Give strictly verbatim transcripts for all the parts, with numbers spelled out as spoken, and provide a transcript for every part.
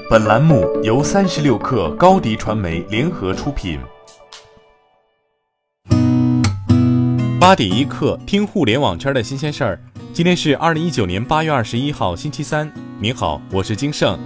本栏目由三十六氪高迪传媒联合出品。八点一刻，听互联网圈的新鲜事儿。今天是二零一九年八月二十一号，星期三。您好，我是金盛。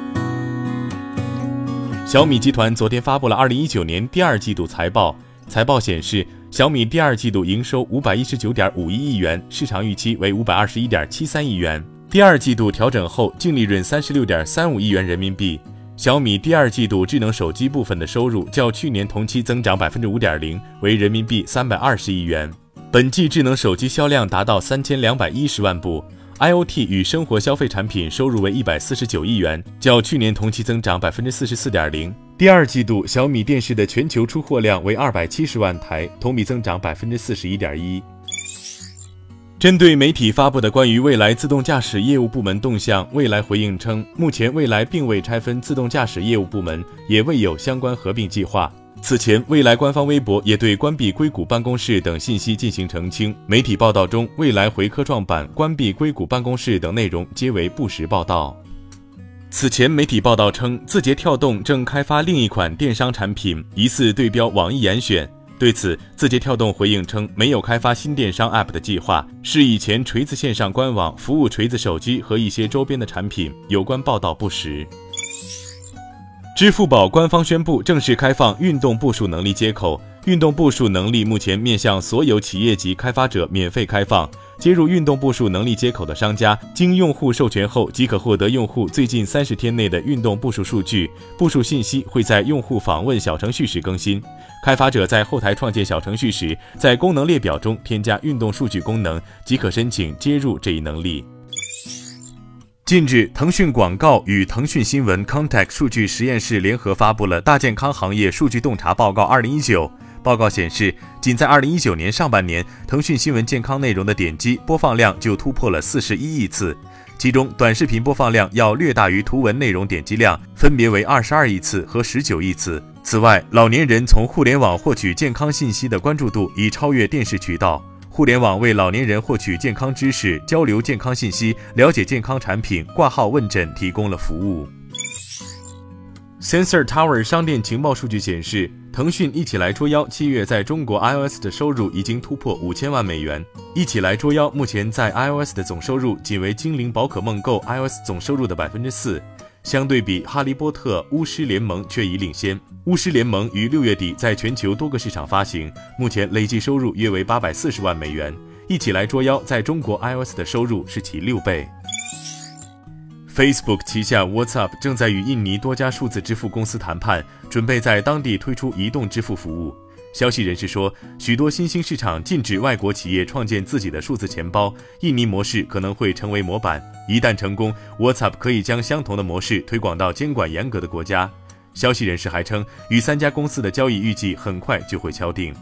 小米集团昨天发布了二零一九年第二季度财报，财报显示，小米第二季度营收五百一十九点五一亿元，市场预期为五百二十一点七三亿元。第二季度调整后净利润三十六点三五亿元人民币。小米第二季度智能手机部分的收入较去年同期增长 百分之五点零， 为人民币三百二十亿元。本季智能手机销量达到三千两百一十万部。I O T 与生活消费产品收入为一百四十九亿元，较去年同期增长 百分之四十四点零。第二季度小米电视的全球出货量为二百七十万台，同比增长 百分之四十一点一。针对媒体发布的关于蔚来自动驾驶业务部门动向，蔚来回应称，目前蔚来并未拆分自动驾驶业务部门，也未有相关合并计划。此前，蔚来官方微博也对关闭硅谷办公室等信息进行澄清。媒体报道中，蔚来回科创板、关闭硅谷办公室等内容皆为不实报道。此前，媒体报道称，字节跳动正开发另一款电商产品，疑似对标网易严选。对此，字节跳动回应称，没有开发新电商 App 的计划，是以前锤子线上官网服务锤子手机和一些周边的产品，有关报道不实。支付宝官方宣布正式开放运动步数能力接口，运动步数能力目前面向所有企业级开发者免费开放。接入运动步数能力接口的商家，经用户授权后即可获得用户最近三十天内的运动步数数据，步数信息会在用户访问小程序时更新。开发者在后台创建小程序时，在功能列表中添加运动数据功能，即可申请接入这一能力。近日，腾讯广告与腾讯新闻 Contact 数据实验室联合发布了大健康行业数据洞察报告二零一九。报告显示，仅在二零一九年上半年，腾讯新闻健康内容的点击播放量就突破了四十一亿次，其中短视频播放量要略大于图文内容点击量，分别为二十二亿次和十九亿次。此外，老年人从互联网获取健康信息的关注度已超越电视渠道。互联网为老年人获取健康知识、交流健康信息、了解健康产品、挂号问诊提供了服务。Sensor Tower 商店情报数据显示，腾讯一起来捉妖七月在中国 iOS 的收入已经突破五千万美元。一起来捉妖目前在 iOS 的总收入仅为精灵宝可梦 Go iOS 总收入的 百分之四， 相对比哈利波特巫师联盟却已领先。巫师联盟于六月底在全球多个市场发行，目前累计收入约为八百四十万美元。一起来捉妖在中国 iOS 的收入是其六倍。Facebook 旗下 WhatsApp 正在与印尼多家数字支付公司谈判，准备在当地推出移动支付服务。消息人士说，许多新兴市场禁止外国企业创建自己的数字钱包，印尼模式可能会成为模板。一旦成功， WhatsApp 可以将相同的模式推广到监管严格的国家。消息人士还称，与三家公司的交易预计很快就会敲定。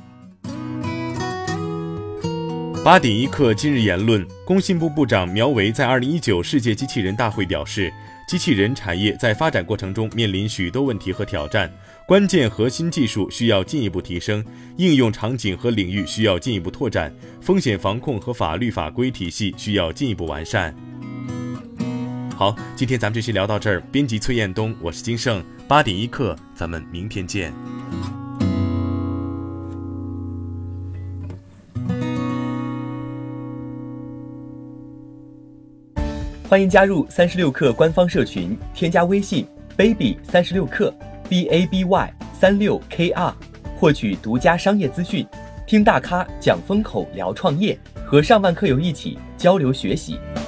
八点一刻今日言论，工信部部长苗圩在二零一九世界机器人大会表示，机器人产业在发展过程中面临许多问题和挑战，关键核心技术需要进一步提升，应用场景和领域需要进一步拓展，风险防控和法律法规体系需要进一步完善。好，今天咱们这期聊到这儿，编辑崔彦东，我是金盛，八点一刻，咱们明天见。 欢迎加入三十六氪官方社群，添加微信 baby 三十六氪 b a b y 三六 k r， 获取独家商业资讯，听大咖讲风口，聊创业，和上万课友一起交流学习。